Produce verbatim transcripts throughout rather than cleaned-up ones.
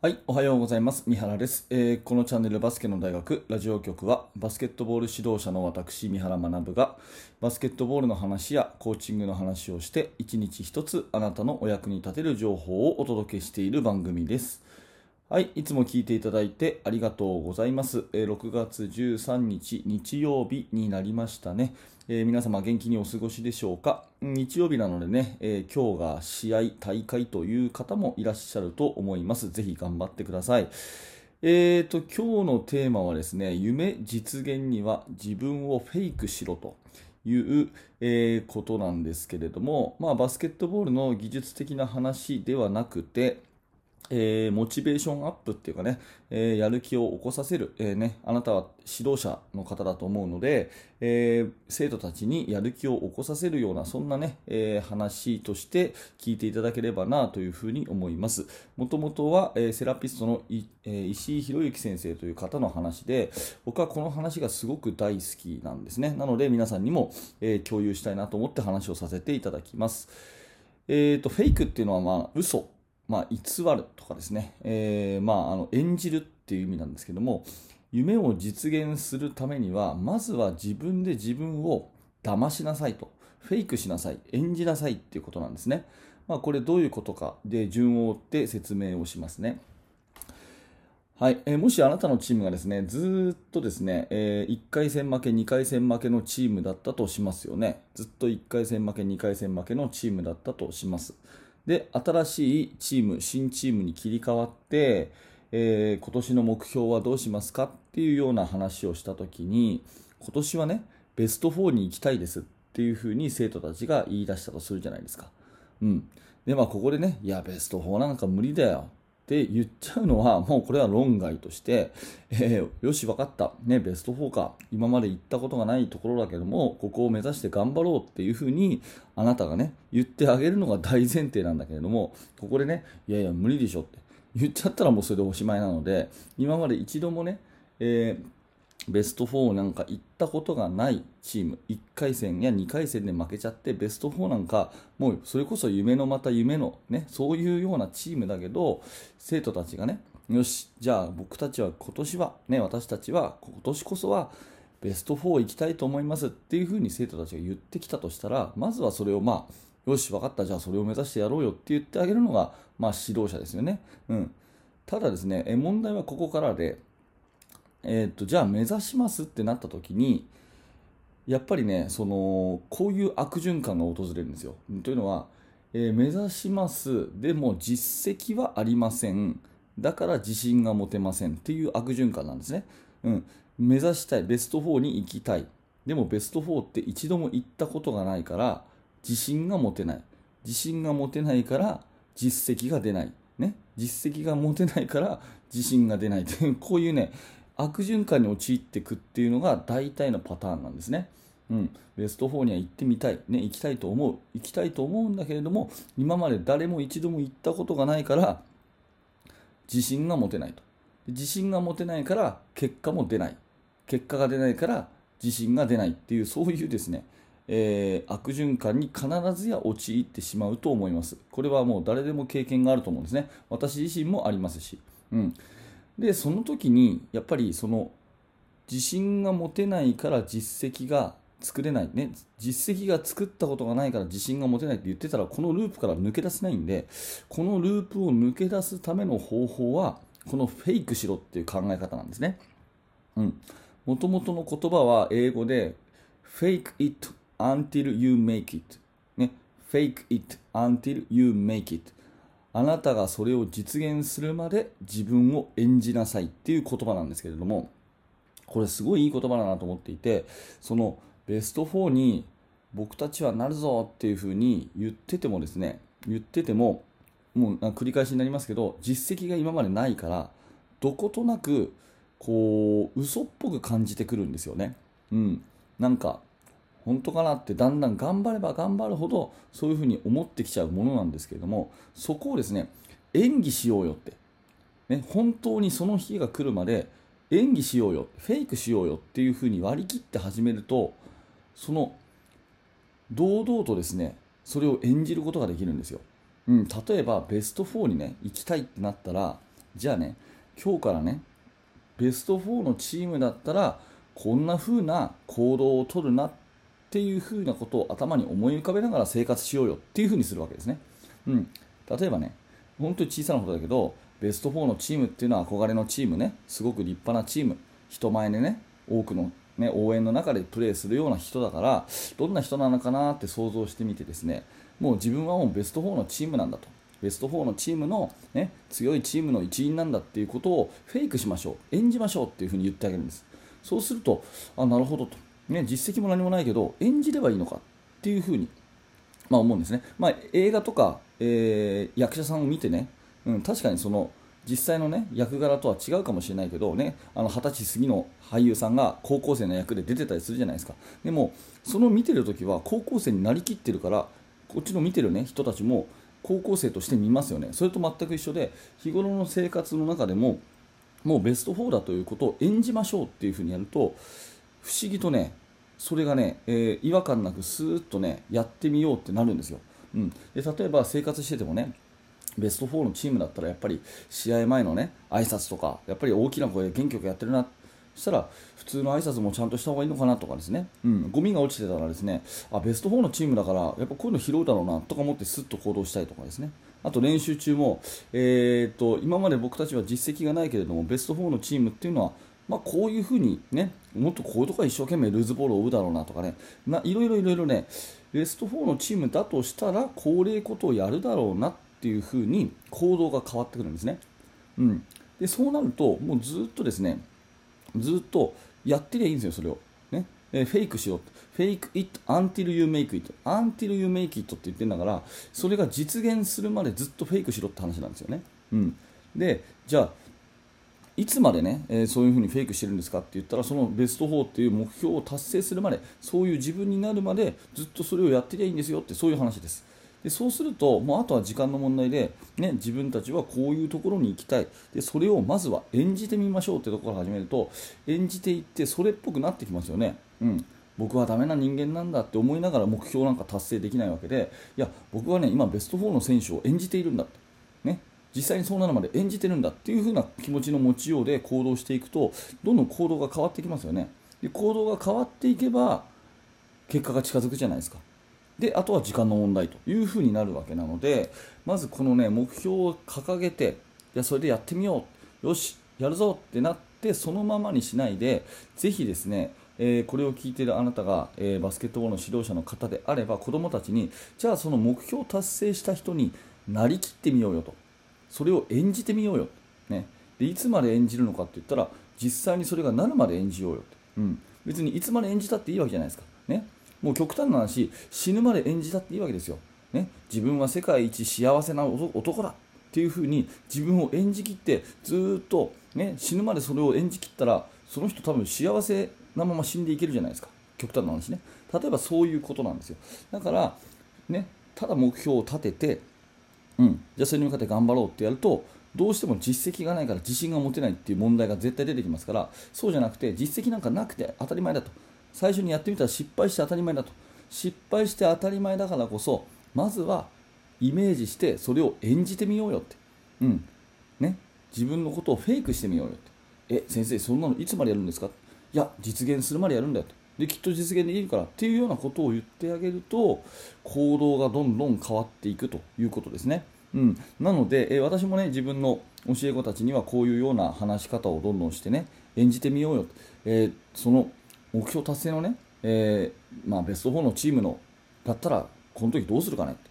はい、おはようございます。三原です、えーこのチャンネルバスケの大学ラジオ局はバスケットボール指導者の私三原学がバスケットボールの話やコーチングの話をして一日一つあなたのお役に立てる情報をお届けしている番組です。はい、いつも聞いていただいてありがとうございます。えーろくがつじゅうさんにち日曜日になりましたね。えー皆様元気にお過ごしでしょうか。日曜日なのでね、えー今日が試合大会という方もいらっしゃると思います。ぜひ頑張ってください。えーと今日のテーマはですね、夢実現には自分をフェイクしろという、えーことなんですけれども、まあ、バスケットボールの技術的な話ではなくて、えーモチベーションアップっていうかね、えーやる気を起こさせる、えーね、あなたは指導者の方だと思うので、えー生徒たちにやる気を起こさせるような、そんなね、えー話として聞いていただければなというふうに思います。もともとは、えーセラピストのい、えー石井博之先生という方の話で、僕はこの話がすごく大好きなんですね。なので皆さんにも、えー共有したいなと思って話をさせていただきます。えーと、フェイクっていうのは、まあ、嘘、まあ、偽るとかですね、えーまあ、あの演じるっていう意味なんですけども、夢を実現するためには、まずは自分で自分を騙しなさいと、フェイクしなさい、演じなさいっていうことなんですね。まあ、これどういうことかで順を追って説明をしますね。はい、えーもしあなたのチームがですね、ずーっとですね、えーいっかい戦負け、にかい戦負けのチームだったとしますよね。ずっといっかい戦負け、にかい戦負けのチームだったとします。で、新しいチーム、新チームに切り替わって、えー今年の目標はどうしますかっていうような話をしたときに、今年はね、ベストフォーに行きたいですっていうふうに生徒たちが言い出したとするじゃないですか。うん。で、まあ、ここでね、いや、ベストフォーなんか無理だよって言っちゃうのは、もうこれは論外として、えーよし、分かった、ね、ベストフォーか、今まで行ったことがないところだけども、ここを目指して頑張ろうっていうふうに、あなたがね、言ってあげるのが大前提なんだけれども、ここでね、いやいや、無理でしょって言っちゃったらもうそれでおしまいなので、今まで一度もね、えーベストフォーなんか行ったことがないチーム、いっかい戦やにかい戦で負けちゃって、ベストフォーなんか、もうそれこそ夢のまた夢の、ね、そういうようなチームだけど、生徒たちがね、よし、じゃあ僕たちは今年は、ね、私たちは今年こそはベストフォー行きたいと思いますっていうふうに生徒たちが言ってきたとしたら、まずはそれをまあ、よし、分かった、じゃあそれを目指してやろうよって言ってあげるのが、まあ指導者ですよね。うん。ただですね、え問題はここからで、えーっと、じゃあ目指しますってなった時に、やっぱりね、その、こういう悪循環が訪れるんですよ。というのは、えー目指します。でも実績はありません。だから自信が持てませんっていう悪循環なんですね。うん。目指したい。ベストフォーに行きたい。でもベストフォーって一度も行ったことがないから、自信が持てない。自信が持てないから実績が出ない。ね。実績が持てないから自信が出ないという、こういうね、悪循環に陥っていくっていうのが大体のパターンなんですね。うん、ベストフォーには行ってみたい、ね、行きたいと思う、行きたいと思うんだけれども、今まで誰も一度も行ったことがないから、自信が持てないと。自信が持てないから、結果も出ない。結果が出ないから、自信が出ないっていう、そういうですね、えー悪循環に必ずや陥ってしまうと思います。これはもう誰でも経験があると思うんですね。私自身もありますし。うん。で、その時に、やっぱりその自信が持てないから実績が作れない、ね、実績が作ったことがないから自信が持てないって言ってたら、このループから抜け出せないんで、このループを抜け出すための方法は、このフェイクしろっていう考え方なんですね。うん。もともとの言葉は英語で fake it until you make it、ね、fake it until you make it、あなたがそれを実現するまで自分を演じなさいっていう言葉なんですけれども、これすごいいい言葉だなと思っていて、そのベストフォーに僕たちはなるぞっていうふうに言っててもですね、言ってても、もう繰り返しになりますけど、実績が今までないから、どことなくこう嘘っぽく感じてくるんですよね。うん、なんか本当かなって、だんだん頑張れば頑張るほどそういうふうに思ってきちゃうものなんですけれども、そこをですね、演技しようよって、ね、本当にその日が来るまで演技しようよ、フェイクしようよっていうふうに割り切って始めると、その堂々とですね、それを演じることができるんですよ。うん、例えばベストフォーにね、行きたいってなったら、 じゃあね、今日からね、ベストフォーのチームだったらこんな風な行動をとるなっていう風なことを頭に思い浮かべながら生活しようよっていう風にするわけですね。うん、例えばね、本当に小さなことだけど、ベストフォーのチームっていうのは憧れのチームね、すごく立派なチーム、人前でね、多くの、ね、応援の中でプレーするような人だから、どんな人なのかなって想像してみてですね、もう自分はもうベストフォーのチームなんだと、ベストフォーのチームの、ね、強いチームの一員なんだっていうことをフェイクしましょう、演じましょうっていうふうに言ってあげるんです。そうすると、あ、なるほどと、ね、実績も何もないけど演じればいいのかっていうふうに、まあ、思うんですね。まあ、映画とか、えー役者さんを見てね、うん、確かにその実際の、ね、役柄とは違うかもしれないけど、ね、あのはたち過ぎの俳優さんが高校生の役で出てたりするじゃないですか。でもその見てるときは高校生になりきってるから、こっちの見てる、ね、人たちも高校生として見ますよね。それと全く一緒で、日頃の生活の中でももうベストフォーだということを演じましょうっていうふうにやると、不思議とね、それがね、えー違和感なくスーッとねやってみようってなるんですよ。うん、で例えば生活しててもね、ベストフォーのチームだったらやっぱり試合前のね挨拶とか、やっぱり大きな声で元気よくやってるな、そしたら普通の挨拶もちゃんとした方がいいのかなとかですね、うん、ゴミが落ちてたらですね、あ、ベストフォーのチームだからやっぱこういうの拾うだろうなとか思ってスッと行動したりとかですね。あと練習中も、えー、と今まで僕たちは実績がないけれどもベストフォーのチームっていうのは、まあ、こういうふうにね、もっとこういうところは一生懸命ルーズボールを追うだろうなとかね、ないろいろいろいろね、ベストフォーのチームだとしたらこういうことをやるだろうなっていうふうに行動が変わってくるんですね。うん、でそうなるともうずっとですね、ずっとやってりゃいいんですよ、それを。ね、えーフェイクしろ。fake it until you make it。until you make it って言ってるんだから、それが実現するまでずっとフェイクしろって話なんですよね。うん。で、じゃあ、いつまでね、えーそういうふうにフェイクしてるんですかって言ったら、そのベストフォーっていう目標を達成するまで、そういう自分になるまでずっとそれをやってりゃいいんですよって、そういう話です。でそうすると、もうあとは時間の問題で、ね、自分たちはこういうところに行きたい、でそれをまずは演じてみましょうってところから始めると、演じていってそれっぽくなってきますよね。うん、僕はダメな人間なんだって思いながら目標なんか達成できないわけで、いや僕はね今ベストフォーの選手を演じているんだって、ね、実際にそうなるまで演じてるんだっていう風な気持ちの持ちようで行動していくと、どんどん行動が変わってきますよね。で行動が変わっていけば結果が近づくじゃないですか。であとは時間の問題というふうになるわけなので、まずこの、ね、目標を掲げて、いやそれでやってみよう、よしやるぞってなって、そのままにしないで、ぜひですね、えーこれを聞いているあなたが、えーバスケットボールの指導者の方であれば、子どもたちに、じゃあその目標を達成した人になりきってみようよと、それを演じてみようよ、ね、でいつまで演じるのかって言ったら、実際にそれがなるまで演じようよって、うん、別にいつまで演じたっていいわけじゃないですか、ね、もう極端な話、死ぬまで演じたっていいわけですよ、ね、自分は世界一幸せな男だっていう風に自分を演じきって、ずーっと、ね、死ぬまでそれを演じきったら、その人多分幸せなまま死んでいけるじゃないですか、極端な話ね。例えばそういうことなんですよ。だから、ね、ただ目標を立てて、うん、じゃあそれに向かって頑張ろうってやると、どうしても実績がないから自信が持てないっていう問題が絶対出てきますから、そうじゃなくて、実績なんかなくて当たり前だと、最初にやってみたら失敗して当たり前だと、失敗して当たり前だからこそ、まずはイメージしてそれを演じてみようよって、うんね、自分のことをフェイクしてみようよって、え先生そんなのいつまでやるんですか、いや実現するまでやるんだよと、できっと実現できるからっていうようなことを言ってあげると、行動がどんどん変わっていくということですね。うん、なので、えー私もね自分の教え子たちにはこういうような話し方をどんどんしてね、演じてみようよと、えーその目標達成のね、えーまあ、ベストフォーのチームのだったらこの時どうするかねって、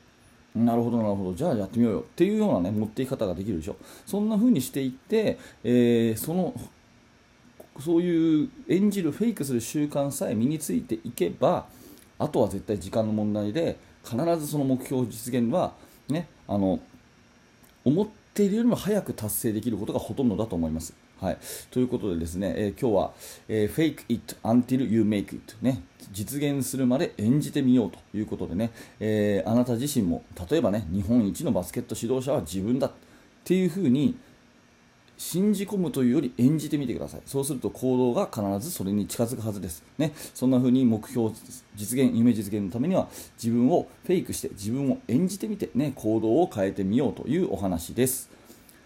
なるほどなるほど、じゃあやってみようよっていうようなね持っていき方ができるでしょ。そんな風にしていって、えーそのそういう演じるフェイクする習慣さえ身についていけば、あとは絶対時間の問題で、必ずその目標実現はね、あの思っているよりも早く達成できることがほとんどだと思います。はい、ということでですね、えー今日は、えー Fake it until you make it、ね、実現するまで演じてみようということでね、えーあなた自身も例えばね、日本一のバスケット指導者は自分だっていうふうに信じ込むというより演じてみてください。そうすると行動が必ずそれに近づくはずです、ね、そんな風に目標実現、夢実現のためには自分をフェイクして自分を演じてみて、ね、行動を変えてみようというお話です。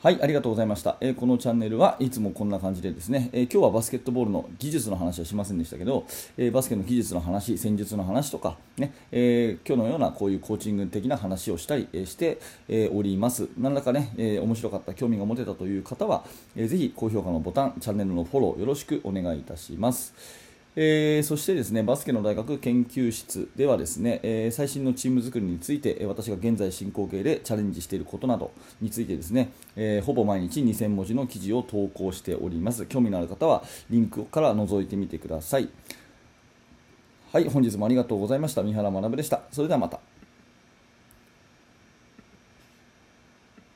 はい、ありがとうございました。えーこのチャンネルはいつもこんな感じでですね、えー今日はバスケットボールの技術の話はしませんでしたけど、えーバスケの技術の話、戦術の話とか、ねえー今日のようなこういうコーチング的な話をしたり、えーして、えーおります。何らかね、えー面白かった、興味が持てたという方は、えーぜひ高評価のボタン、チャンネルのフォローよろしくお願いいたします。えーそしてですねバスケの大学研究室ではですね、えー最新のチーム作りについて、えー私が現在進行形でチャレンジしていることなどについてですね、えーほぼ毎日にせんもじの記事を投稿しております。興味のある方はリンクから覗いてみてください。はい、本日もありがとうございました。三原学でした。それではまた。